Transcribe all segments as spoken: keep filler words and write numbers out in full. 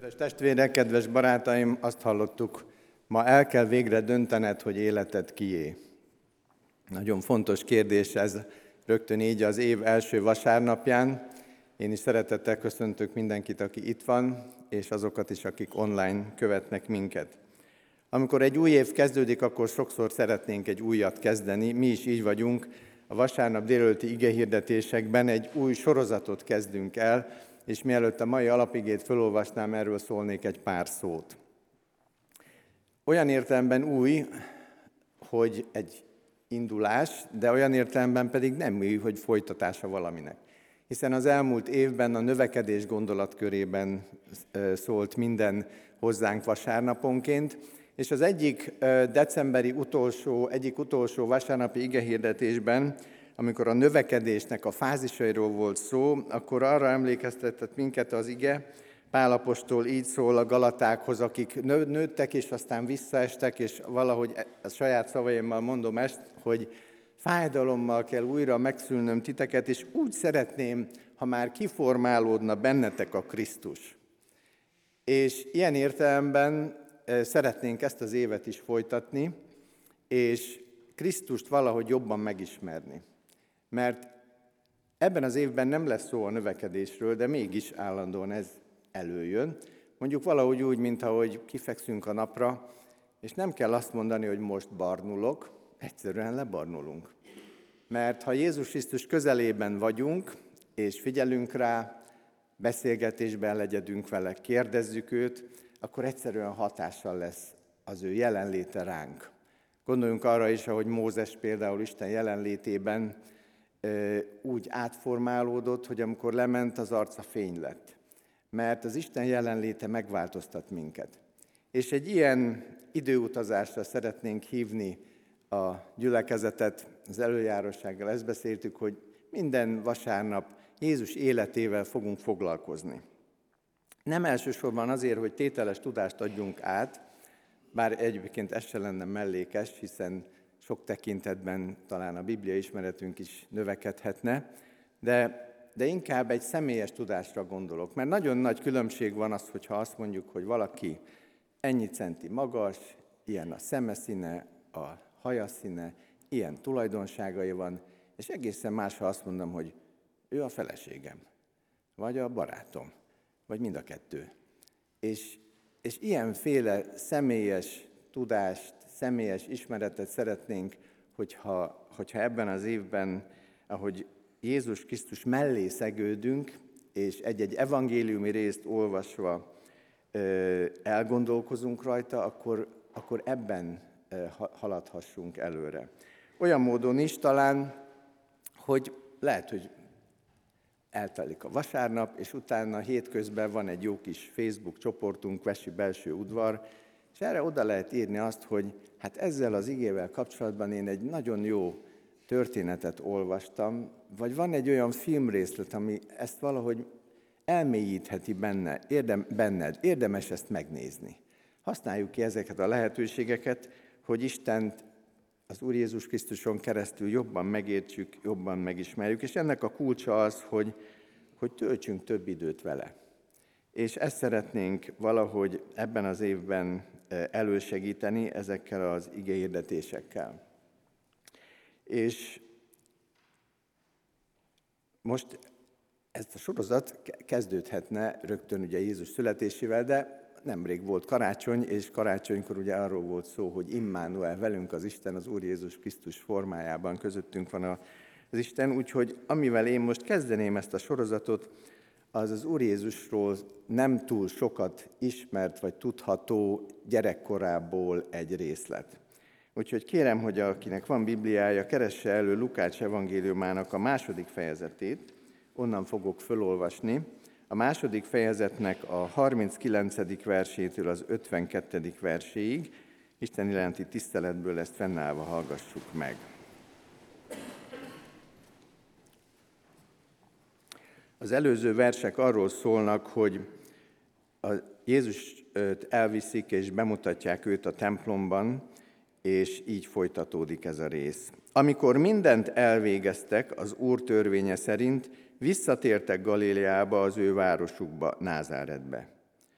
Kedves testvérek, kedves barátaim, azt hallottuk, ma el kell végre döntened, hogy életed kié. Nagyon fontos kérdés ez, rögtön így az év első vasárnapján. Én is szeretettel köszöntök mindenkit, aki itt van, és azokat is, akik online követnek minket. Amikor egy új év kezdődik, akkor sokszor szeretnénk egy újat kezdeni. Mi is így vagyunk. A vasárnap délelőtti igehirdetésekben egy új sorozatot kezdünk el, és mielőtt a mai alapigét felolvasnám, erről szólnék egy pár szót. Olyan értelemben új, hogy egy indulás, de olyan értelemben pedig nem új, hogy folytatása valaminek. Hiszen az elmúlt évben a növekedés gondolatkörében szólt minden hozzánk vasárnaponként, és az egyik decemberi utolsó, egyik utolsó vasárnapi igehirdetésben, amikor a növekedésnek a fázisairól volt szó, akkor arra emlékeztetett minket az ige, Pál apostol így szól a galatákhoz, akik nőttek, és aztán visszaestek, és valahogy a saját szavaimmal mondom ezt, hogy fájdalommal kell újra megszülnöm titeket, és úgy szeretném, ha már kiformálódna bennetek a Krisztus. És ilyen értelemben szeretnénk ezt az évet is folytatni, és Krisztust valahogy jobban megismerni. Mert ebben az évben nem lesz szó a növekedésről, de mégis állandóan ez előjön. Mondjuk valahogy úgy, mint ahogy kifekszünk a napra, és nem kell azt mondani, hogy most barnulok, egyszerűen lebarnulunk. Mert ha Jézus Krisztus közelében vagyunk, és figyelünk rá, beszélgetésben legyedünk vele, kérdezzük őt, akkor egyszerűen hatással lesz az ő jelenléte ránk. Gondoljunk arra is, ahogy Mózes például Isten jelenlétében úgy átformálódott, hogy amikor lement, az arca fény lett. Mert az Isten jelenléte megváltoztat minket. És egy ilyen időutazásra szeretnénk hívni a gyülekezetet, az előjárossággal ezt beszéltük, hogy minden vasárnap Jézus életével fogunk foglalkozni. Nem elsősorban azért, hogy tételes tudást adjunk át, bár egyébként ez se lenne mellékes, hiszen sok tekintetben talán a Biblia ismeretünk is növekedhetne, de, de inkább egy személyes tudásra gondolok. Mert nagyon nagy különbség van az, hogyha azt mondjuk, hogy valaki ennyi centi magas, ilyen a szeme színe, a haja színe, ilyen tulajdonságai van, és egészen más, ha azt mondom, hogy ő a feleségem, vagy a barátom, vagy mind a kettő. És, és ilyenféle személyes tudást, személyes ismeretet szeretnénk, hogyha, hogyha ebben az évben, ahogy Jézus Krisztus mellé szegődünk, és egy-egy evangéliumi részt olvasva elgondolkozunk rajta, akkor, akkor ebben haladhassunk előre. Olyan módon is talán, hogy lehet, hogy eltelik a vasárnap, és utána hétközben van egy jó kis Facebook csoportunk, Vessy Belső Udvar, és erre oda lehet írni azt, hogy hát ezzel az igével kapcsolatban én egy nagyon jó történetet olvastam, vagy van egy olyan filmrészlet, ami ezt valahogy elmélyítheti benne, érdem, benned, érdemes ezt megnézni. Használjuk ki ezeket a lehetőségeket, hogy Istent az Úr Jézus Krisztuson keresztül jobban megértsük, jobban megismerjük, és ennek a kulcsa az, hogy, hogy töltsünk több időt vele. És ezt szeretnénk valahogy ebben az évben elősegíteni ezekkel az igehirdetésekkel. És most ezt a sorozat kezdődhetne rögtön ugye Jézus születésével, de nemrég volt karácsony, és karácsonykor ugye arról volt szó, hogy Immanuel, velünk az Isten, az Úr Jézus Krisztus formájában közöttünk van az Isten, úgyhogy amivel én most kezdeném ezt a sorozatot, az az Úr Jézusról nem túl sokat ismert vagy tudható gyerekkorából egy részlet. Úgyhogy kérem, hogy akinek van Bibliája, keresse elő Lukács evangéliumának a második fejezetét, onnan fogok fölolvasni. A második fejezetnek a harminckilencedik versétől az ötvenkettedik verséig, Isten iránti tiszteletből ezt fennállva hallgassuk meg. Az előző versek arról szólnak, hogy a Jézust elviszik és bemutatják őt a templomban, és így folytatódik ez a rész. Amikor mindent elvégeztek az Úr törvénye szerint, visszatértek Galileába, az ő városukba, Názáretbe.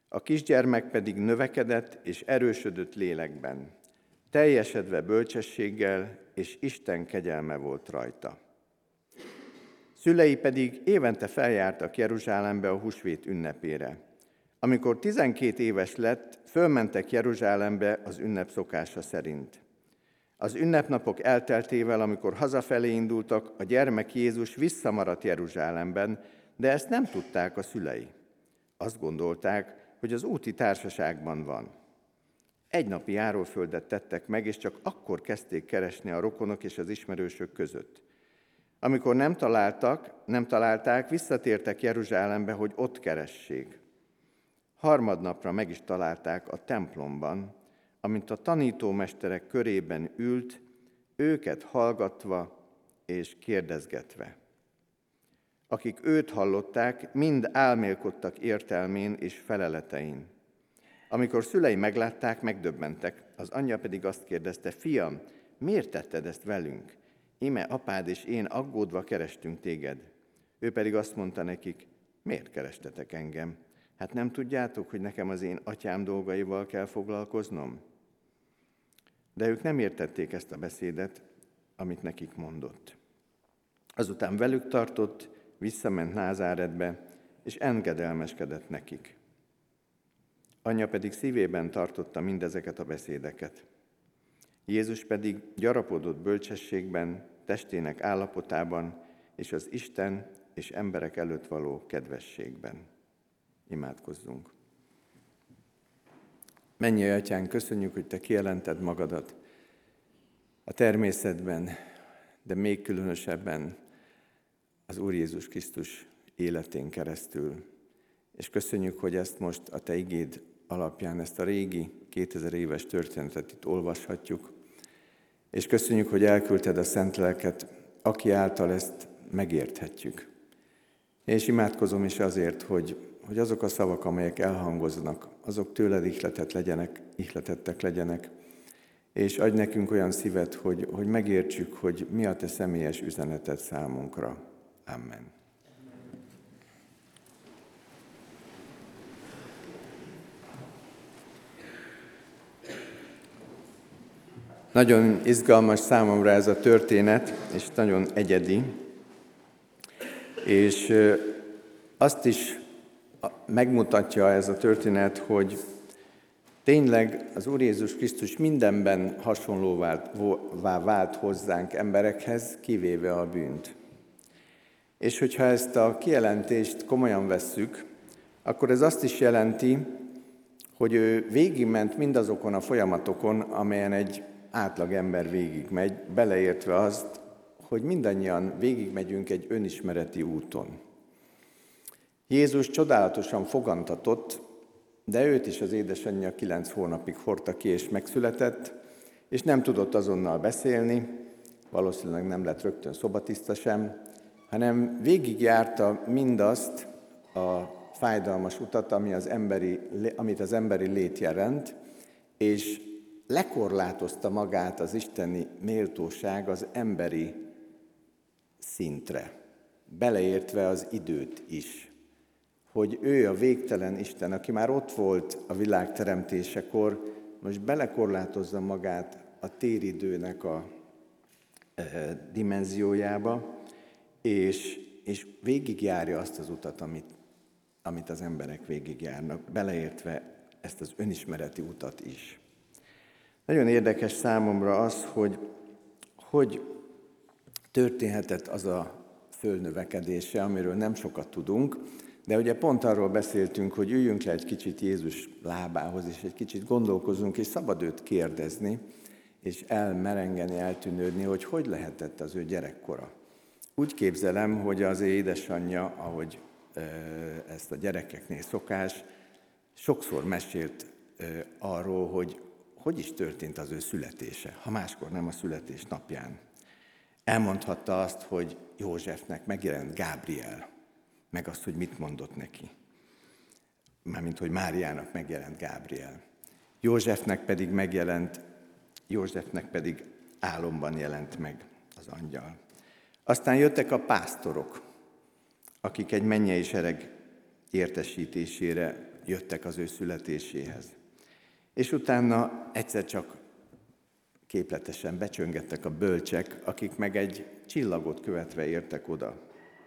A kisgyermek pedig növekedett és erősödött lélekben, teljesedve bölcsességgel, és Isten kegyelme volt rajta. Szülei pedig évente feljártak Jeruzsálembe a húsvét ünnepére. Amikor tizenkét éves lett, fölmentek Jeruzsálembe az ünnep szokása szerint. Az ünnepnapok elteltével, amikor hazafelé indultak, a gyermek Jézus visszamaradt Jeruzsálemben, de ezt nem tudták a szülei. Azt gondolták, hogy az úti társaságban van. Egy napi járóföldet tettek meg, és csak akkor kezdték keresni a rokonok és az ismerősök között. Amikor nem találtak, nem találták, visszatértek Jeruzsálembe, hogy ott keressék. Harmadnapra meg is találták a templomban, amint a tanítómesterek körében ült, őket hallgatva és kérdezgetve. Akik őt hallották, mind álmélkodtak értelmén és feleletein. Amikor szülei meglátták, megdöbbentek, az anyja pedig azt kérdezte: fiam, miért tetted ezt velünk? Íme apád és én aggódva kerestünk téged. Ő pedig azt mondta nekik: miért kerestetek engem? Hát nem tudjátok, hogy nekem az én atyám dolgaival kell foglalkoznom? De ők nem értették ezt a beszédet, amit nekik mondott. Azután velük tartott, visszament Názáretbe, és engedelmeskedett nekik. Anyja pedig szívében tartotta mindezeket a beszédeket. Jézus pedig gyarapodott bölcsességben, testének állapotában, és az Isten és emberek előtt való kedvességben. Imádkozzunk. Mennyei Atyánk, köszönjük, hogy Te kijelented magadat a természetben, de még különösebben az Úr Jézus Krisztus életén keresztül. És köszönjük, hogy ezt most a Te igéd alapján, ezt a régi, kétezer éves történetet itt olvashatjuk. És köszönjük, hogy elküldted a Szent Lelket, aki által ezt megérthetjük. És imádkozom is azért, hogy, hogy azok a szavak, amelyek elhangoznak, azok tőled ihletet legyenek, ihletettek legyenek, és adj nekünk olyan szívet, hogy, hogy megértsük, hogy mi a Te személyes üzeneted számunkra. Amen. Nagyon izgalmas számomra ez a történet, és nagyon egyedi. És azt is megmutatja ez a történet, hogy tényleg az Úr Jézus Krisztus mindenben hasonlóvá vált hozzánk emberekhez, kivéve a bűnt. És hogyha ezt a kijelentést komolyan vesszük, akkor ez azt is jelenti, hogy ő végigment mindazokon a folyamatokon, amelyen egy átlag ember végigmegy, beleértve azt, hogy mindannyian végigmegyünk egy önismereti úton. Jézus csodálatosan fogantatott, de őt is az édesanyja kilenc hónapig hordta ki és megszületett, és nem tudott azonnal beszélni, valószínűleg nem lett rögtön szobatiszta sem, hanem végigjárta mindazt a fájdalmas utat, ami az emberi, amit az emberi lét jelent, és lekorlátozta magát az isteni méltóság az emberi szintre, beleértve az időt is. Hogy ő a végtelen Isten, aki már ott volt a világ teremtésekor, most belekorlátozza magát a téridőnek a e, dimenziójába, és, és végigjárja azt az utat, amit, amit az emberek végigjárnak, beleértve ezt az önismereti utat is. Nagyon érdekes számomra az, hogy hogy történhetett az a fölnövekedése, amiről nem sokat tudunk, de ugye pont arról beszéltünk, hogy üljünk le egy kicsit Jézus lábához, és egy kicsit gondolkozunk, és szabad őt kérdezni, és elmerengeni, eltűnődni, hogy hogy lehetett az ő gyerekkora. Úgy képzelem, hogy az édesanyja, ahogy ezt a gyerekeknél szokás, sokszor mesélt arról, hogy hogy is történt az ő születése, ha máskor nem a születés napján. Elmondhatta azt, hogy Józsefnek megjelent Gábriel, meg azt, hogy mit mondott neki. Mármint, hogy Máriának megjelent Gábriel. Józsefnek pedig megjelent, Józsefnek pedig álomban jelent meg az angyal. Aztán jöttek a pásztorok, akik egy mennyei sereg értesítésére jöttek az ő születéséhez. És utána egyszer csak képletesen becsöngettek a bölcsek, akik meg egy csillagot követve értek oda.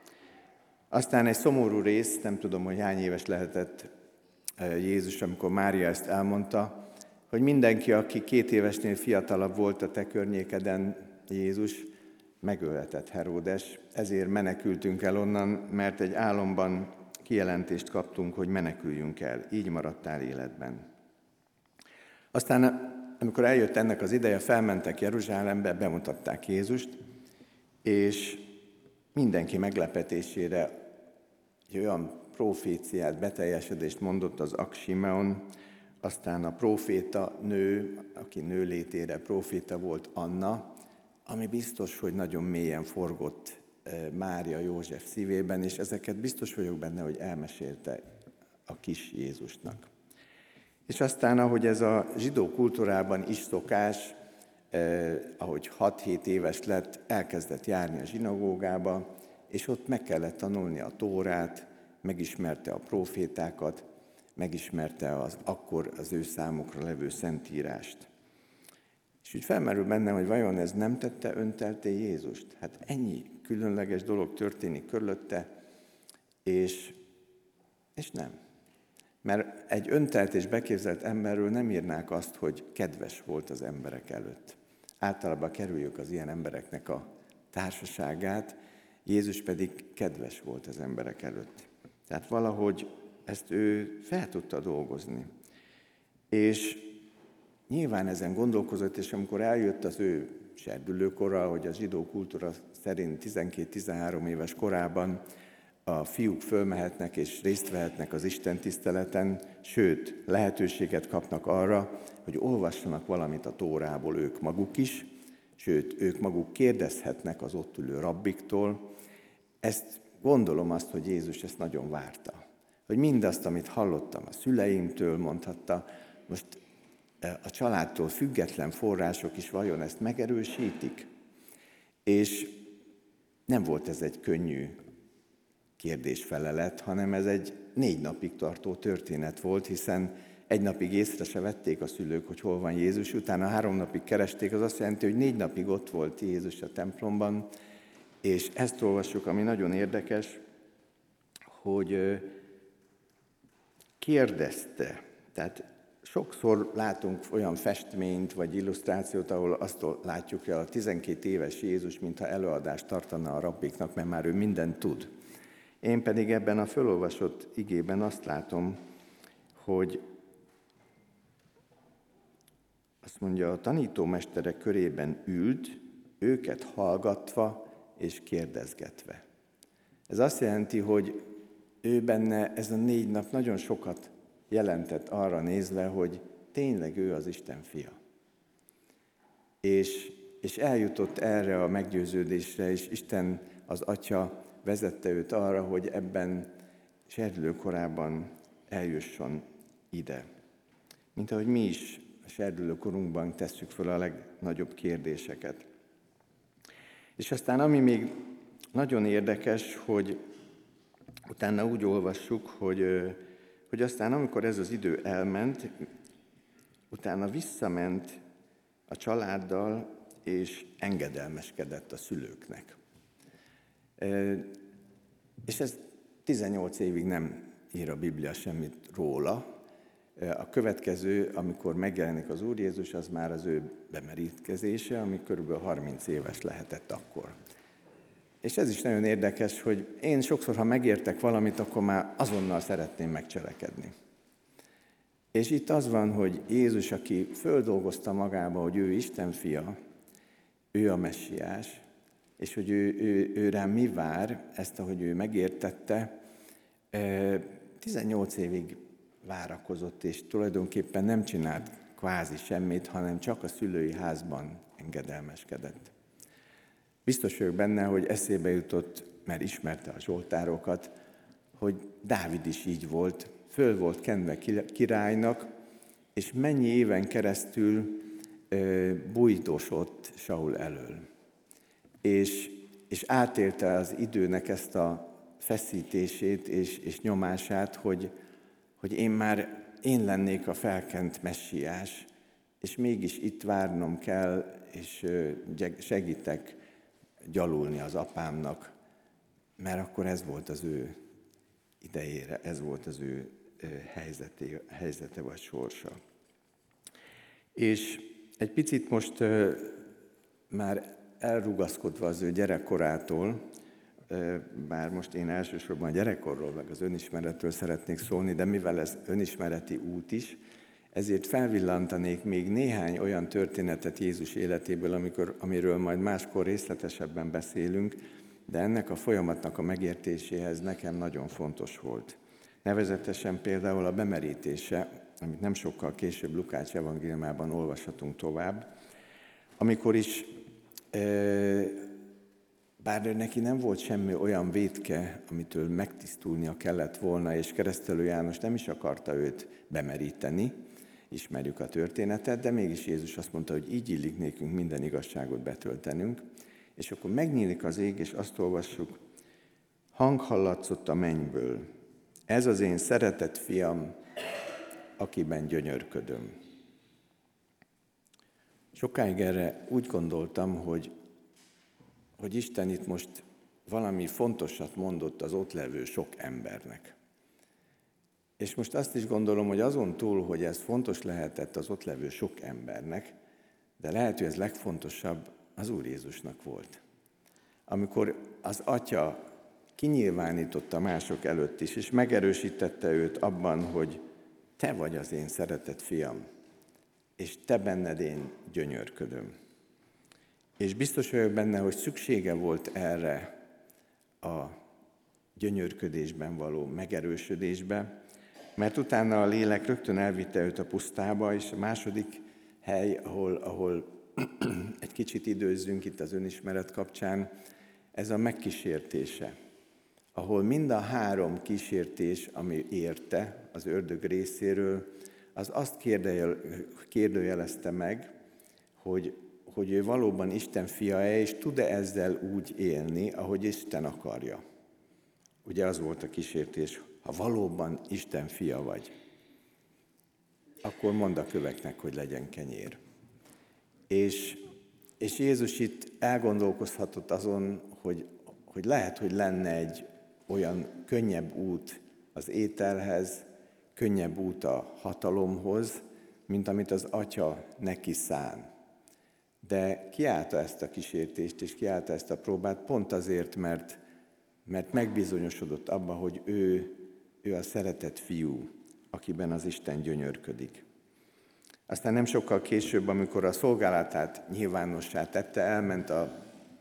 Aztán egy szomorú rész, nem tudom, hogy hány éves lehetett Jézus, amikor Mária ezt elmondta, hogy mindenki, aki két évesnél fiatalabb volt a te környékeden, Jézus, megöletett Heródes, ezért menekültünk el onnan, mert egy álomban kijelentést kaptunk, hogy meneküljünk el, így maradtál életben. Aztán, amikor eljött ennek az ideje, felmentek Jeruzsálembe, bemutatták Jézust, és mindenki meglepetésére egy olyan proféciát, beteljesedést mondott az Ak-Simeon, aztán a próféta nő, aki nő létére próféta volt, Anna, ami biztos, hogy nagyon mélyen forgott Mária József szívében, és ezeket biztos vagyok benne, hogy elmesélte a kis Jézusnak. És aztán, ahogy ez a zsidó kultúrában is szokás, eh, ahogy hat-hét éves lett, elkezdett járni a zsinagógába, és ott meg kellett tanulni a Tórát, megismerte a prófétákat, megismerte az, akkor az ő számukra levő szentírást. És úgy felmerül bennem, hogy vajon ez nem tette öntelté Jézust? Hát ennyi különleges dolog történik körülötte, és, és nem. Mert egy öntelt és beképzelt emberről nem írnák azt, hogy kedves volt az emberek előtt. Általában kerüljük az ilyen embereknek a társaságát, Jézus pedig kedves volt az emberek előtt. Tehát valahogy ezt ő fel tudta dolgozni. És nyilván ezen gondolkozott, és amikor eljött az ő serdülőkora, hogy a zsidó kultúra szerint tizenkét-tizenhárom éves korában a fiúk fölmehetnek és részt vehetnek az Isten tiszteleten, sőt, lehetőséget kapnak arra, hogy olvassanak valamit a Tórából ők maguk is, sőt, ők maguk kérdezhetnek az ott ülő rabbiktól. Ezt gondolom azt, hogy Jézus ezt nagyon várta. Hogy mindazt, amit hallottam a szüleimtől, mondhatta, most a családtól független források is vajon ezt megerősítik? És nem volt ez egy könnyű kérdésfelelet, hanem ez egy négy napig tartó történet volt, hiszen egy napig észre se vették a szülők, hogy hol van Jézus, utána három napig keresték, az azt jelenti, hogy négy napig ott volt Jézus a templomban, és ezt olvassuk, ami nagyon érdekes, hogy kérdezte, tehát sokszor látunk olyan festményt vagy illusztrációt, ahol azt látjuk, hogy a tizenkét éves Jézus mintha előadást tartana a rabbiknak, mert már ő mindent tud. Én pedig ebben a fölolvasott igében azt látom, hogy azt mondja, a tanítómesterek körében ült, őket hallgatva és kérdezgetve. Ez azt jelenti, hogy ő benne ez a négy nap nagyon sokat jelentett arra nézve, hogy tényleg ő az Isten fia. És, és eljutott erre a meggyőződésre, és Isten az Atya vezette őt arra, hogy ebben serdülőkorában eljusson ide. Mint ahogy mi is a serdülőkorunkban tesszük föl a legnagyobb kérdéseket. És aztán ami még nagyon érdekes, hogy utána úgy olvassuk, hogy, hogy aztán amikor ez az idő elment, utána visszament a családdal, és engedelmeskedett a szülőknek. És ez tizennyolc évig nem ír a Biblia semmit róla. A következő, amikor megjelenik az Úr Jézus, az már az ő bemerítkezése, ami körülbelül harminc éves lehetett akkor. És ez is nagyon érdekes, hogy én sokszor, ha megértek valamit, akkor már azonnal szeretném megcselekedni. És itt az van, hogy Jézus, aki földolgozta magába, hogy ő Isten fia, ő a messiás, és hogy ő, ő, ő rám mi vár, ezt, ahogy ő megértette, tizennyolc évig várakozott, és tulajdonképpen nem csinált kvázi semmit, hanem csak a szülői házban engedelmeskedett. Biztos vagyok benne, hogy eszébe jutott, mert ismerte a zsoltárokat, hogy Dávid is így volt, föl volt kenve királynak, és mennyi éven keresztül bújdosott Saul elől. És, és átélte az időnek ezt a feszítését és, és nyomását, hogy, hogy én már én lennék a felkent messiás, és mégis itt várnom kell, és segítek gyalulni az apámnak, mert akkor ez volt az ő idejére, ez volt az ő helyzete, helyzete vagy sorsa. És egy picit most már elrugaszkodva az ő gyerekkorától, bár most én elsősorban a gyerekkorról, meg az önismeretről szeretnék szólni, de mivel ez önismereti út is, ezért felvillantanék még néhány olyan történetet Jézus életéből, amikor, amiről majd máskor részletesebben beszélünk, de ennek a folyamatnak a megértéséhez nekem nagyon fontos volt. Nevezetesen például a bemerítése, amit nem sokkal később Lukács evangéliumában olvashatunk tovább, amikor is, bár neki nem volt semmi olyan vétke, amitől megtisztulnia kellett volna, és Keresztelő János nem is akarta őt bemeríteni, ismerjük a történetet, de mégis Jézus azt mondta, hogy így illik nékünk minden igazságot betöltenünk, és akkor megnyílik az ég, és azt olvassuk, hang hallatszott a mennyből, ez az én szeretett fiam, akiben gyönyörködöm. Sokáig erre úgy gondoltam, hogy, hogy Isten itt most valami fontosat mondott az ott levő sok embernek. És most azt is gondolom, hogy azon túl, hogy ez fontos lehetett az ott levő sok embernek, de lehet, hogy ez legfontosabb az Úr Jézusnak volt. Amikor az Atya kinyilvánította mások előtt is, és megerősítette őt abban, hogy te vagy az én szeretett fiam, és te benned én gyönyörködöm. És biztos vagyok benne, hogy szüksége volt erre a gyönyörködésben való megerősödésbe, mert utána a lélek rögtön elvitte őt a pusztába, és a második hely, ahol, ahol egy kicsit időzzünk itt az önismeret kapcsán, ez a megkísértése, ahol mind a három kísértés, ami érte az ördög részéről, az azt kérdőjelezte meg, hogy, hogy ő valóban Isten fia-e, és tud-e ezzel úgy élni, ahogy Isten akarja. Ugye az volt a kísértés, ha valóban Isten fia vagy, akkor mondd a köveknek, hogy legyen kenyér. És, és Jézus itt elgondolkozhatott azon, hogy, hogy lehet, hogy lenne egy olyan könnyebb út az ételhez, könnyebb út a hatalomhoz, mint amit az Atya neki szán. De kiállta ezt a kísértést, és kiállta ezt a próbát pont azért, mert, mert megbizonyosodott abba, hogy ő, ő a szeretett fiú, akiben az Isten gyönyörködik. Aztán nem sokkal később, amikor a szolgálatát nyilvánossá tette, elment a,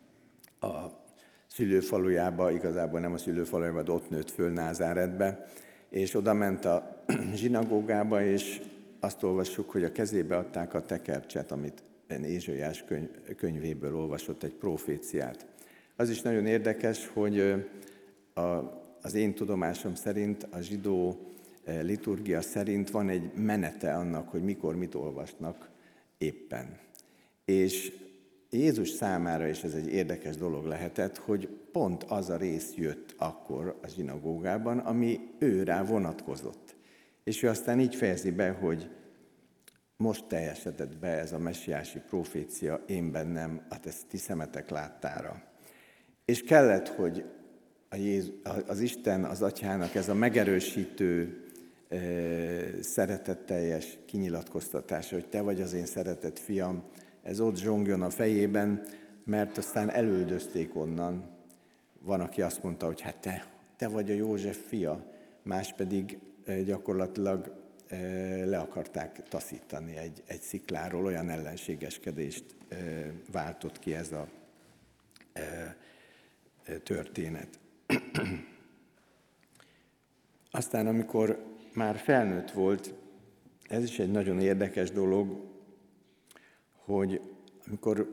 a szülőfalujába, igazából nem a szülőfalujába, de ott nőtt föl Názáretbe, és oda ment a zsinagógába, és azt olvassuk, hogy a kezébe adták a tekercset, amit Ézsaiás könyv, könyvéből olvasott, egy proféciát. Az is nagyon érdekes, hogy a, az én tudomásom szerint, a zsidó liturgia szerint van egy menete annak, hogy mikor mit olvasnak éppen. És Jézus számára is ez egy érdekes dolog lehetett, hogy pont az a rész jött akkor a zsinagógában, ami ő rá vonatkozott. És ő aztán így fejezi be, hogy most teljesedett be ez a messiási profécia, én bennem, hát ezt ti szemetek láttára. És kellett, hogy a Jézus, az Isten, az Atyának ez a megerősítő, szeretetteljes kinyilatkoztatása, hogy te vagy az én szeretett fiam, ez ott zsongjon a fejében, mert aztán elüldözték onnan. Van, aki azt mondta, hogy hát te, te vagy a József fia, más pedig gyakorlatilag le akarták taszítani egy, egy szikláról, olyan ellenségeskedést váltott ki ez a történet. Aztán, amikor már felnőtt volt, ez is egy nagyon érdekes dolog, hogy amikor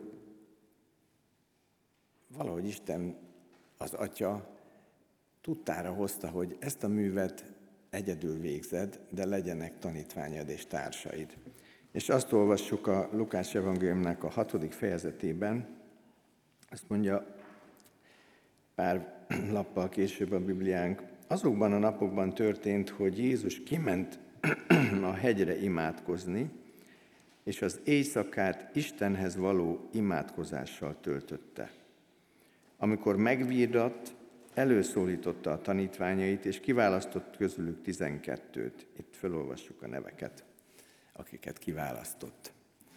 valahogy Isten, az Atya tudtára hozta, hogy ezt a művet egyedül végzed, de legyenek tanítványad és társaid. És azt olvassuk a Lukács evangéliumnak a hatodik fejezetében, azt mondja, pár lappal később a Bibliánk, azokban a napokban történt, hogy Jézus kiment a hegyre imádkozni, és az éjszakát Istenhez való imádkozással töltötte. Amikor megvirratt, előszólította a tanítványait, és kiválasztott közülük tizenkettőt. Itt felolvassuk a neveket, akiket kiválasztott.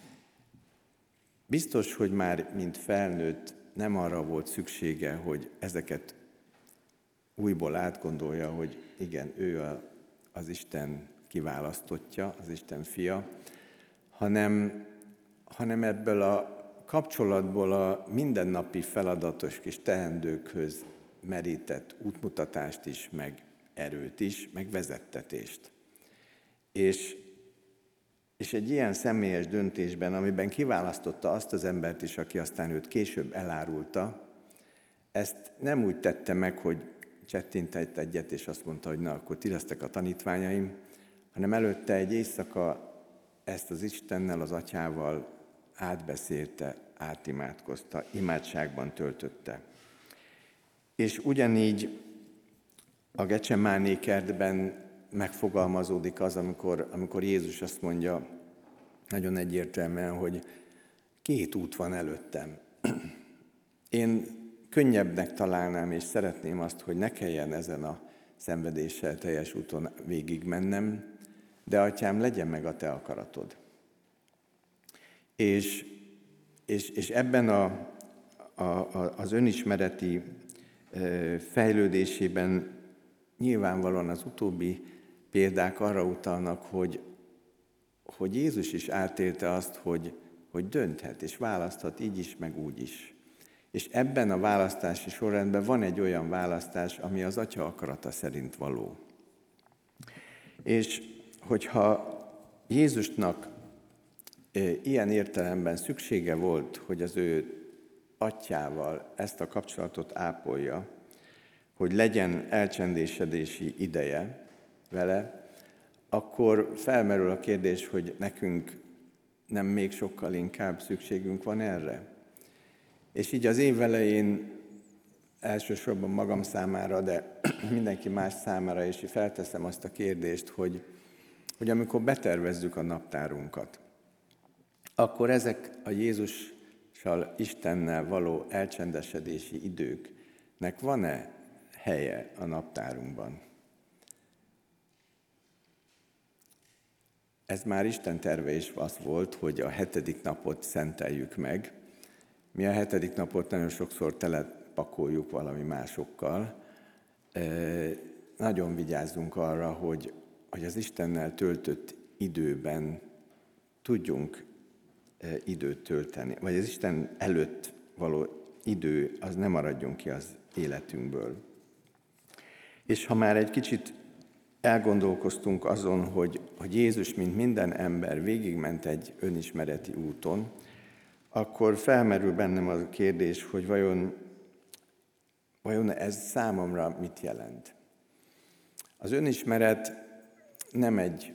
Biztos, hogy már mint felnőtt nem arra volt szüksége, hogy ezeket újból átgondolja, hogy igen, ő a, az Isten kiválasztottja, az Isten fia, hanem, hanem ebből a kapcsolatból a mindennapi feladatos kis teendőkhöz merített útmutatást is, meg erőt is, meg vezettetést. És, és egy ilyen személyes döntésben, amiben kiválasztotta azt az embert is, aki aztán őt később elárulta, ezt nem úgy tette meg, hogy csettintett egyet, és azt mondta, hogy na, akkor ti lesztek a tanítványaim, hanem előtte egy éjszaka ezt az Istennel, az Atyával átbeszélte, átimádkozta, imádságban töltötte. És ugyanígy a Gecsemáné kertben megfogalmazódik az, amikor, amikor Jézus azt mondja nagyon egyértelműen, hogy két út van előttem. Én könnyebbnek találnám, és szeretném azt, hogy ne kelljen ezen a szenvedéssel teljes úton végigmennem, de Atyám, legyen meg a te akaratod. És, és, és ebben a, a, a, az önismereti fejlődésében nyilvánvalóan az utóbbi példák arra utalnak, hogy, hogy Jézus is átélte azt, hogy, hogy dönthet és választhat így is, meg úgy is. És ebben a választási sorrendben van egy olyan választás, ami az Atya akarata szerint való. És hogyha Jézusnak ilyen értelemben szüksége volt, hogy az ő Atyával ezt a kapcsolatot ápolja, hogy legyen elcsendésedési ideje vele, akkor felmerül a kérdés, hogy nekünk nem még sokkal inkább szükségünk van erre. És így az év elején elsősorban magam számára, de mindenki más számára is felteszem azt a kérdést, hogy, hogy amikor betervezzük a naptárunkat, akkor ezek a Jézussal, Istennel való elcsendesedési időknek van-e helye a naptárunkban? Ez már Isten terve is az volt, hogy a hetedik napot szenteljük meg. Mi a hetedik napot nagyon sokszor telepakoljuk valami másokkal. E, nagyon vigyázzunk arra, hogy, hogy az Istennel töltött időben tudjunk e, időt tölteni, vagy az Isten előtt való idő, az nem maradjon ki az életünkből. És ha már egy kicsit elgondolkoztunk azon, hogy, hogy Jézus, mint minden ember, végigment egy önismereti úton, akkor felmerül bennem a kérdés, hogy vajon, vajon ez számomra mit jelent. Az önismeret nem egy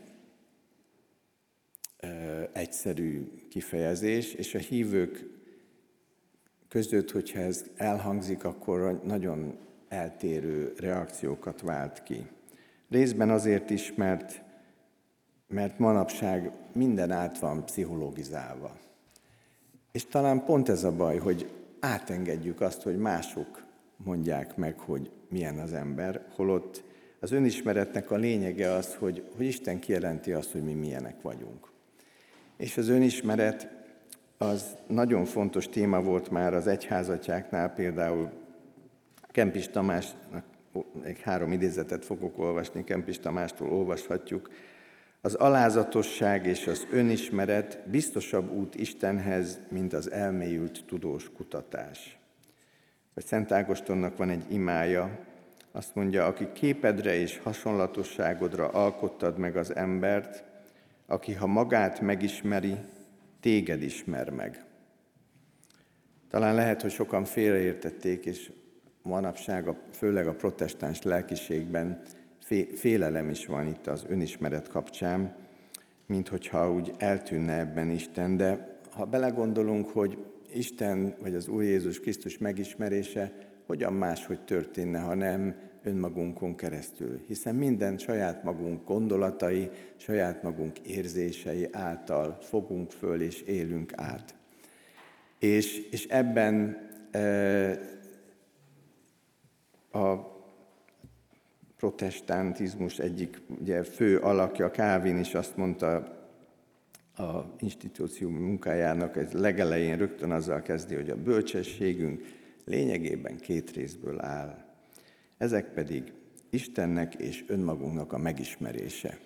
ö, egyszerű kifejezés, és a hívők között, hogyha ez elhangzik, akkor nagyon eltérő reakciókat vált ki. Részben azért is, mert, mert manapság minden át van pszichológizálva. És talán pont ez a baj, hogy átengedjük azt, hogy mások mondják meg, hogy milyen az ember, holott az önismeretnek a lényege az, hogy, hogy Isten kijelenti azt, hogy mi milyenek vagyunk. És az önismeret az nagyon fontos téma volt már az egyházatjáknál, például Kempis Tamásnak, egy három idézetet fogok olvasni, Kempis Tamástól olvashatjuk. Az alázatosság és az önismeret biztosabb út Istenhez, mint az elmélyült tudós kutatás. Vagy Szent Ágostonnak van egy imája, azt mondja, aki képedre és hasonlatosságodra alkottad meg az embert, aki ha magát megismeri, téged ismer meg. Talán lehet, hogy sokan félreértették, és manapság, főleg a protestáns lelkiségben félelem is van itt az önismeret kapcsán, mint hogyha úgy eltűnne ebben Isten, de ha belegondolunk, hogy Isten vagy az Úr Jézus Krisztus megismerése hogyan máshogy történne, ha nem önmagunkon keresztül, hiszen minden saját magunk gondolatai, saját magunk érzései által fogunk föl és élünk át. És, és ebben e, a protestantizmus egyik ugye, fő alakja, Calvin is azt mondta, a institúció munkájának ez legelején rögtön azzal kezdi, hogy a bölcsességünk lényegében két részből áll. Ezek pedig Istennek és önmagunknak a megismerése.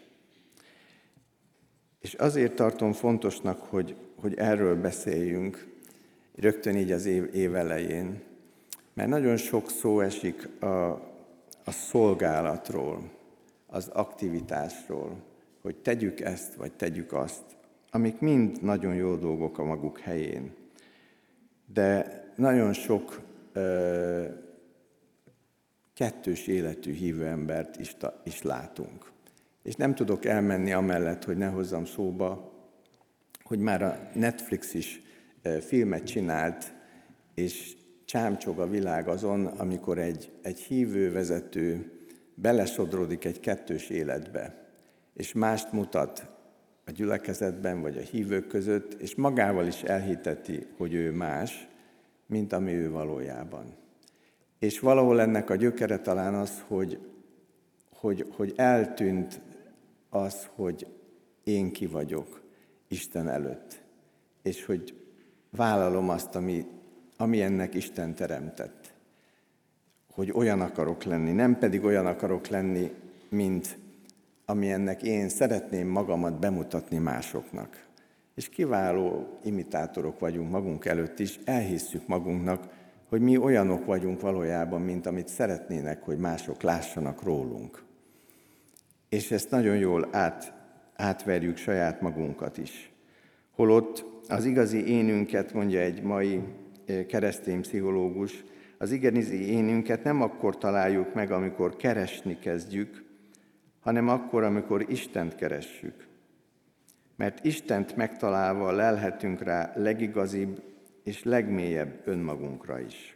És azért tartom fontosnak, hogy, hogy erről beszéljünk, rögtön így az év, év elején, mert nagyon sok szó esik a, a szolgálatról, az aktivitásról, hogy tegyük ezt, vagy tegyük azt, amik mind nagyon jó dolgok a maguk helyén. De nagyon sok ö, kettős életű hívő embert is, is látunk. És nem tudok elmenni amellett, hogy ne hozzam szóba, hogy már a Netflix is ö, filmet csinált, és csámcsog a világ azon, amikor egy, egy hívő vezető belesodródik egy kettős életbe, és mást mutat a gyülekezetben, vagy a hívők között, és magával is elhiteti, hogy ő más, mint ami ő valójában. És valahol ennek a gyökere talán az, hogy, hogy, hogy eltűnt az, hogy én ki vagyok Isten előtt, és hogy vállalom azt, ami, ami ennek Isten teremtett. Hogy olyan akarok lenni, nem pedig olyan akarok lenni, mint ami ennek én szeretném magamat bemutatni másoknak. És kiváló imitátorok vagyunk magunk előtt is, elhisszük magunknak, hogy mi olyanok vagyunk valójában, mint amit szeretnének, hogy mások lássanak rólunk. És ezt nagyon jól át, átverjük saját magunkat is. Holott az igazi énünket, mondja egy mai keresztény pszichológus, az igazi énünket nem akkor találjuk meg, amikor keresni kezdjük, hanem akkor, amikor Istent keressük. Mert Istent megtalálva lelhetünk rá legigazibb és legmélyebb önmagunkra is.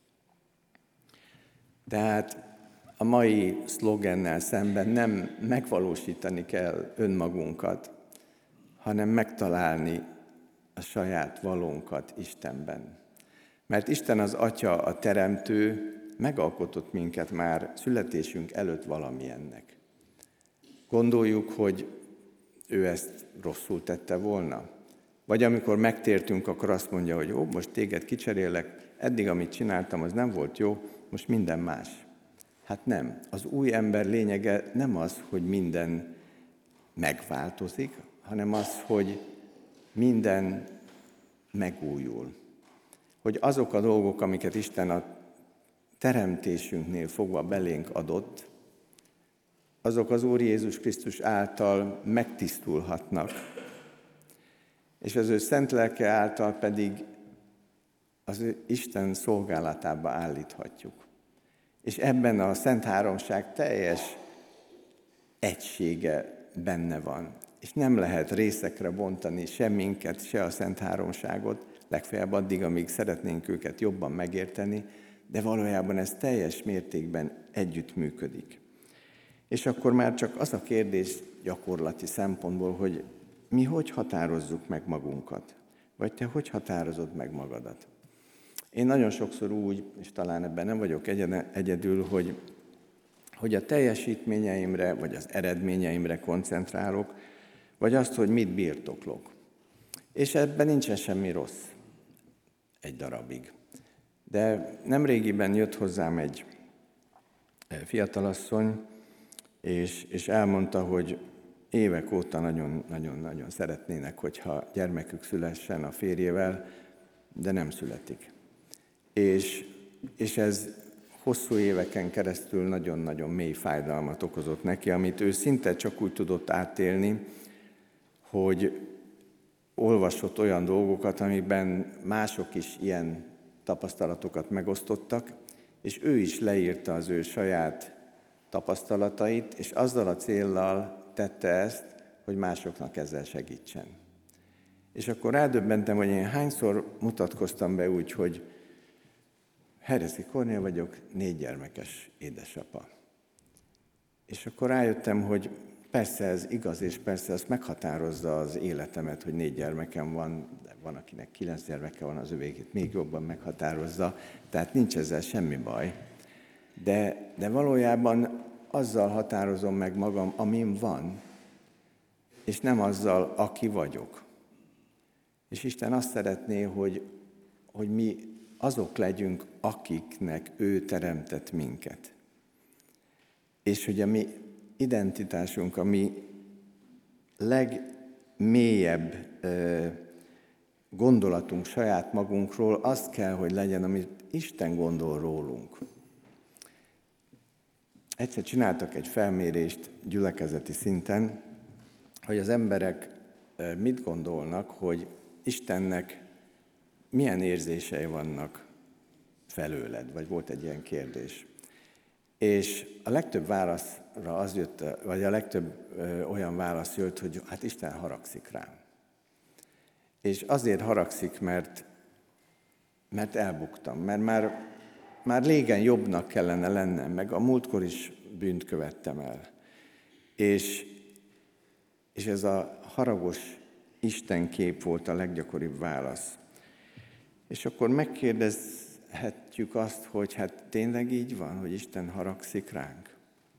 Tehát a mai szlogennel szemben nem megvalósítani kell önmagunkat, hanem megtalálni a saját valónkat Istenben. Mert Isten az Atya, a Teremtő, megalkotott minket már születésünk előtt valamilyennek. Gondoljuk, hogy ő ezt rosszul tette volna? Vagy amikor megtértünk, akkor azt mondja, hogy jó, most téged kicserélek, eddig, amit csináltam, az nem volt jó, most minden más. Hát nem. Az új ember lényege nem az, hogy minden megváltozik, hanem az, hogy minden megújul. Hogy azok a dolgok, amiket Isten a teremtésünknél fogva belénk adott, azok az Úr Jézus Krisztus által megtisztulhatnak, és az ő szent lelke által pedig az ő Isten szolgálatába állíthatjuk. És ebben a Szent Háromság teljes egysége benne van. És nem lehet részekre bontani se minket, se a Szent Háromságot, legfeljebb addig, amíg szeretnénk őket jobban megérteni, de valójában ez teljes mértékben együtt működik. És akkor már csak az a kérdés gyakorlati szempontból, hogy mi hogy határozzuk meg magunkat, vagy te hogy határozod meg magadat. Én nagyon sokszor úgy, és talán ebben nem vagyok egyedül, hogy, hogy a teljesítményeimre, vagy az eredményeimre koncentrálok, vagy azt, hogy mit birtoklok. És ebben nincsen semmi rossz egy darabig. De nemrégiben jött hozzám egy fiatalasszony, és, és elmondta, hogy évek óta nagyon-nagyon szeretnének, hogyha gyermekük szülessen a férjével, de nem születik. És, és ez hosszú éveken keresztül nagyon-nagyon mély fájdalmat okozott neki, amit ő szinte csak úgy tudott átélni, hogy olvasott olyan dolgokat, amikben mások is ilyen tapasztalatokat megosztottak, és ő is leírta az ő saját tapasztalatait, és azzal a céllal tette ezt, hogy másoknak ezzel segítsen. És akkor rádöbbentem, hogy én hányszor mutatkoztam be úgy, hogy Herezi Kornél vagyok, négy gyermekes édesapa. És akkor rájöttem, hogy persze ez igaz, és persze ez meghatározza az életemet, hogy négy gyermekem van, de van, akinek kilenc gyermeke van, az övékét még jobban meghatározza, tehát nincs ezzel semmi baj. De, de valójában azzal határozom meg magam, amin van, és nem azzal, aki vagyok. És Isten azt szeretné, hogy, hogy mi azok legyünk, akiknek ő teremtett minket. És hogy a mi identitásunk, a mi legmélyebb gondolatunk saját magunkról, az kell, hogy legyen, amit Isten gondol rólunk. Egyszer csináltak egy felmérést gyülekezeti szinten, hogy az emberek mit gondolnak, hogy Istennek milyen érzései vannak felőled, vagy volt egy ilyen kérdés. És a legtöbb válaszra az jött, vagy a legtöbb ö, olyan válasz jött, hogy hát Isten haragszik rám. És azért haragszik, mert, mert elbuktam, mert már, már régen jobbnak kellene lennem, meg a múltkor is bűnt követtem el. És, és ez a haragos Isten kép volt a leggyakoribb válasz. És akkor megkérdezhetjük azt, hogy hát tényleg így van, hogy Isten haragszik ránk?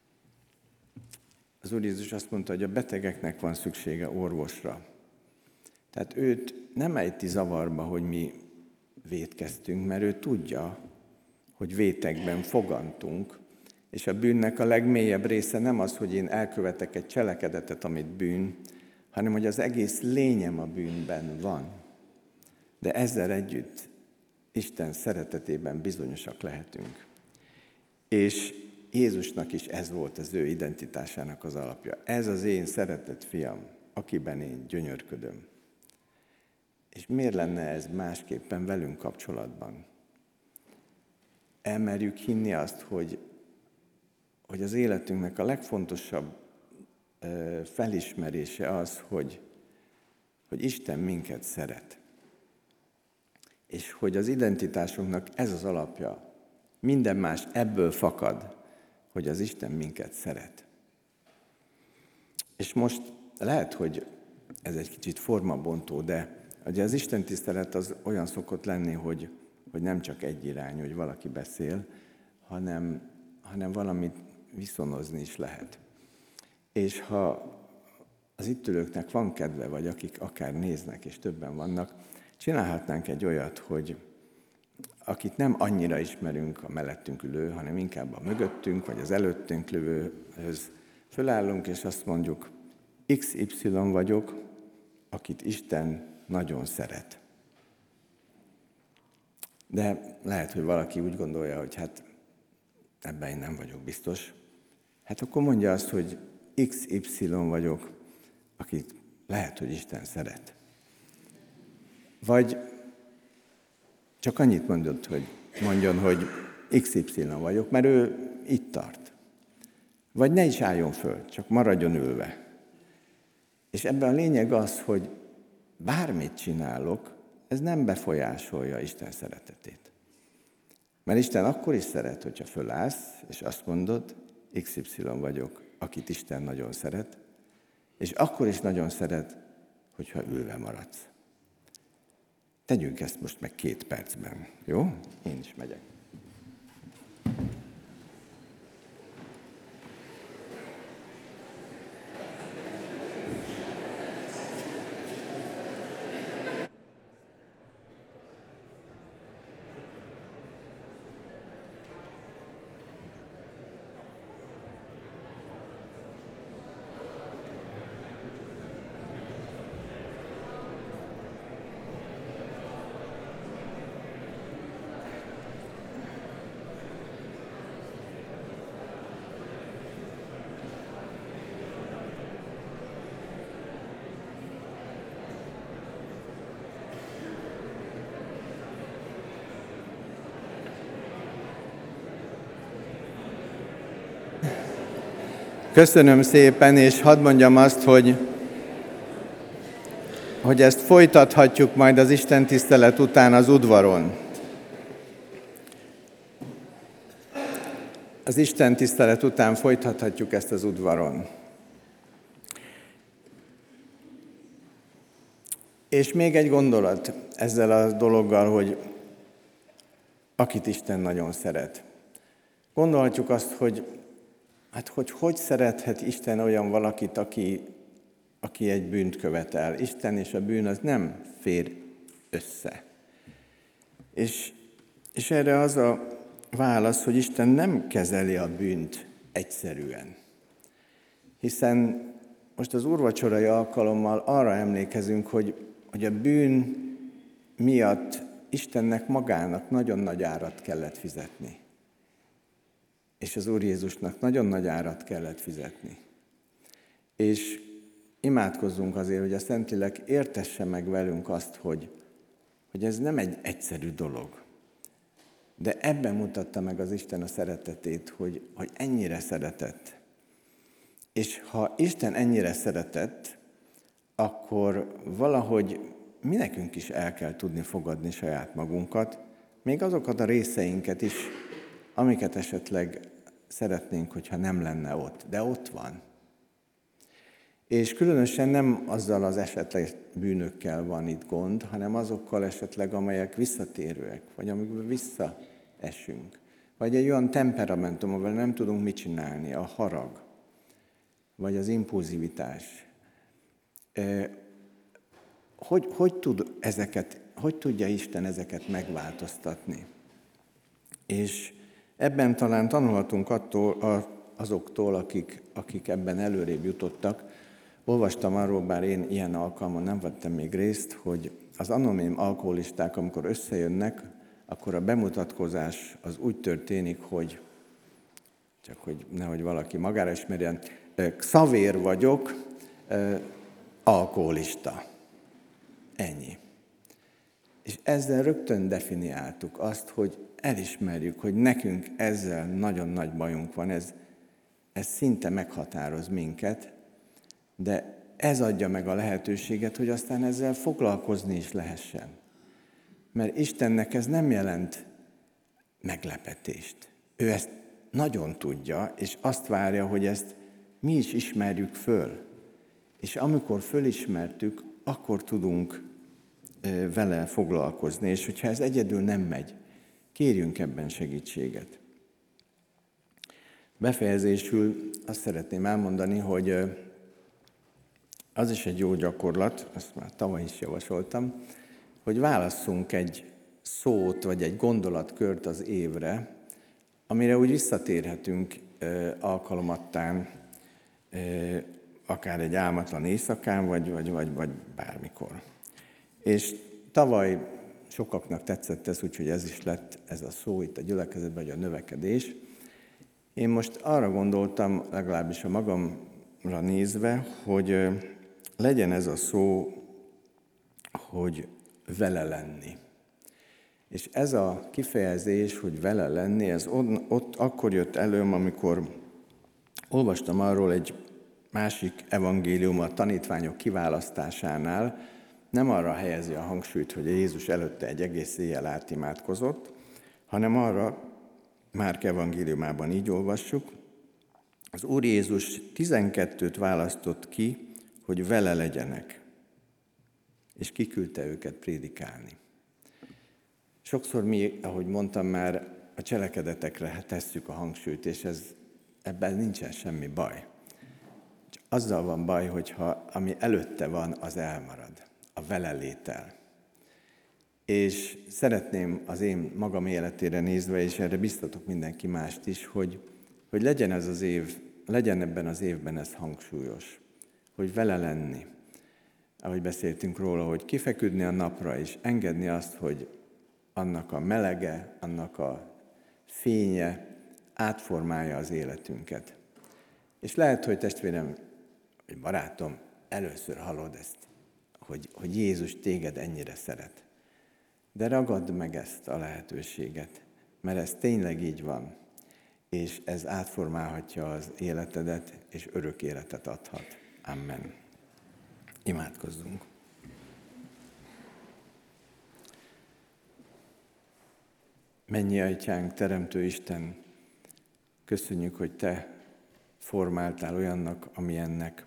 Az Úr Jézus azt mondta, hogy a betegeknek van szüksége orvosra. Tehát őt nem ejti zavarba, hogy mi vétkeztünk, mert ő tudja, hogy vétekben fogantunk, és a bűnnek a legmélyebb része nem az, hogy én elkövetek egy cselekedetet, amit bűn, hanem hogy az egész lényem a bűnben van. De ezzel együtt Isten szeretetében bizonyosak lehetünk. És Jézusnak is ez volt az ő identitásának az alapja. Ez az én szeretett fiam, akiben én gyönyörködöm. És miért lenne ez másképpen velünk kapcsolatban? Elmerjük hinni azt, hogy, hogy az életünknek a legfontosabb felismerése az, hogy, hogy Isten minket szeret. És hogy az identitásunknak ez az alapja. Minden más ebből fakad, hogy az Isten minket szeret. És most lehet, hogy ez egy kicsit formabontó, de ugye az Isten tisztelet az olyan szokott lenni, hogy, hogy nem csak egy irány, hogy valaki beszél, hanem, hanem valamit viszonozni is lehet. És ha az itt ülőknek van kedve, vagy akik akár néznek, és többen vannak, csinálhatnánk egy olyat, hogy akit nem annyira ismerünk a mellettünk ülő, hanem inkább a mögöttünk, vagy az előttünk lövőhöz fölállunk, és azt mondjuk, iksz ipszilon vagyok, akit Isten nagyon szeret. De lehet, hogy valaki úgy gondolja, hogy hát ebben én nem vagyok biztos. Hát akkor mondja azt, hogy iksz ipszilon vagyok, akit lehet, hogy Isten szeret. Vagy csak annyit mondod, hogy mondjon, hogy iksz ipszilon vagyok, mert ő itt tart. Vagy ne is álljon föl, csak maradjon ülve. És ebben a lényeg az, hogy bármit csinálok, ez nem befolyásolja Isten szeretetét. Mert Isten akkor is szeret, hogyha fölállsz, és azt mondod, iksz ipszilon vagyok, akit Isten nagyon szeret, és akkor is nagyon szeret, hogyha ülve maradsz. Tegyünk ezt most meg két percben, jó? Én is megyek. Köszönöm szépen, és hadd mondjam azt, hogy, hogy ezt folytathatjuk majd az Isten tisztelet után az udvaron. az Isten tisztelet után folytathatjuk ezt az udvaron. És még egy gondolat ezzel a dologgal, hogy akit Isten nagyon szeret. Gondolhatjuk azt, hogy hát hogy, hogy szerethet Isten olyan valakit, aki, aki egy bűnt követel. Isten és a bűn az nem fér össze. És, és erre az a válasz, hogy Isten nem kezeli a bűnt egyszerűen. Hiszen most az úrvacsorai alkalommal arra emlékezünk, hogy, hogy a bűn miatt Istennek magának nagyon nagy árat kellett fizetni. És az Úr Jézusnak nagyon nagy árat kellett fizetni. És imádkozzunk azért, hogy a Szentlélek értesse meg velünk azt, hogy, hogy ez nem egy egyszerű dolog. De ebben mutatta meg az Isten a szeretetét, hogy, hogy ennyire szeretett. És ha Isten ennyire szeretett, akkor valahogy mi nekünk is el kell tudni fogadni saját magunkat, még azokat a részeinket is, amiket esetleg szeretnénk, hogyha nem lenne ott, de ott van. És különösen nem azzal az esetleg bűnökkel van itt gond, hanem azokkal esetleg, amelyek visszatérőek, vagy amikből visszaesünk. Vagy egy olyan temperamentum, amivel nem tudunk mit csinálni, a harag, vagy az impulzivitás. Hogy, hogy, tud ezeket, hogy tudja Isten ezeket megváltoztatni? És ebben talán tanulhatunk attól, azoktól, akik, akik ebben előrébb jutottak. Olvastam arról, bár én ilyen alkalmon nem vettem még részt, hogy az anonim alkoholisták, amikor összejönnek, akkor a bemutatkozás az úgy történik, hogy, csak hogy nehogy valaki magára ismerjen, Xavér vagyok, alkoholista. Ennyi. És ezzel rögtön definiáltuk azt, hogy elismerjük, hogy nekünk ezzel nagyon nagy bajunk van, ez, ez szinte meghatároz minket, de ez adja meg a lehetőséget, hogy aztán ezzel foglalkozni is lehessen. Mert Istennek ez nem jelent meglepetést. Ő ezt nagyon tudja, és azt várja, hogy ezt mi is ismerjük föl. És amikor fölismertük, akkor tudunk vele foglalkozni, és hogyha ez egyedül nem megy, kérjünk ebben segítséget. Befejezésül azt szeretném elmondani, hogy az is egy jó gyakorlat, azt már tavaly is javasoltam, hogy válasszunk egy szót, vagy egy gondolatkört az évre, amire úgy visszatérhetünk alkalomattán, akár egy álmatlan éjszakán, vagy, vagy, vagy, vagy bármikor. És tavaly sokaknak tetszett ez, úgyhogy ez is lett ez a szó itt a gyülekezetben, vagy a növekedés. Én most arra gondoltam, legalábbis a magamra nézve, hogy legyen ez a szó, hogy vele lenni. És ez a kifejezés, hogy vele lenni, ez ott, ott akkor jött előm, amikor olvastam arról egy másik evangélium a tanítványok kiválasztásánál, nem arra helyezi a hangsúlyt, hogy Jézus előtte egy egész éjjel át imádkozott, hanem arra, Márk evangéliumában így olvassuk, az Úr Jézus tizenkettőt választott ki, hogy vele legyenek, és kiküldte őket prédikálni. Sokszor mi, ahogy mondtam már, a cselekedetekre tesszük a hangsúlyt, és ez, ebben nincsen semmi baj. Csak azzal van baj, hogyha ami előtte van, az elmarad, a velelétel. És szeretném az én magam életére nézve, és erre biztatok mindenki mást is, hogy, hogy legyen ez az év, legyen ebben az évben ez hangsúlyos, hogy vele lenni. Ahogy beszéltünk róla, hogy kifeküdni a napra, és engedni azt, hogy annak a melege, annak a fénye átformálja az életünket. És lehet, hogy testvérem, vagy barátom, először hallod ezt, hogy, hogy Jézus téged ennyire szeret. De ragadd meg ezt a lehetőséget, mert ez tényleg így van, és ez átformálhatja az életedet, és örök életet adhat. Amen. Imádkozzunk. Mennyi Atyánk, Teremtő Isten, Köszönjük, hogy Te formáltál olyannak, amilyennek.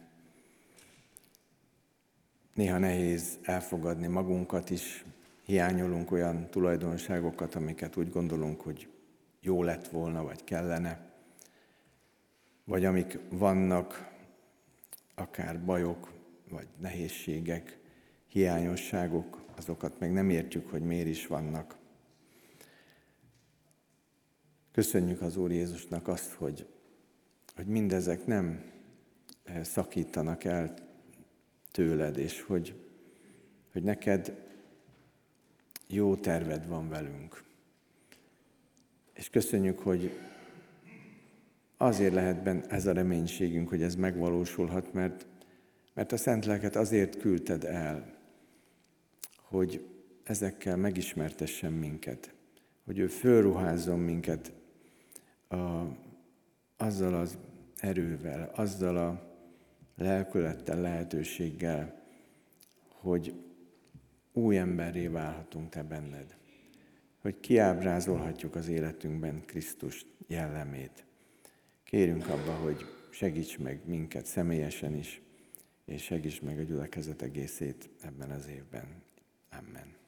Néha nehéz elfogadni magunkat is, hiányolunk olyan tulajdonságokat, amiket úgy gondolunk, hogy jó lett volna, vagy kellene, vagy amik vannak, akár bajok, vagy nehézségek, hiányosságok, azokat meg nem értjük, hogy miért is vannak. Köszönjük az Úr Jézusnak azt, hogy, hogy mindezek nem szakítanak el tőled, és hogy, hogy neked jó terved van velünk. És köszönjük, hogy azért lehet benne ez a reménységünk, hogy ez megvalósulhat, mert, mert a Szent Lelket azért küldted el, hogy ezekkel megismertessen minket, hogy ő fölruházzon minket a, azzal az erővel, azzal a lelkülettel, lehetőséggel, hogy új emberré válhatunk Te benned, hogy kiábrázolhatjuk az életünkben Krisztus jellemét. Kérünk abba, hogy segíts meg minket személyesen is, és segíts meg a gyülekezet egészét ebben az évben. Amen.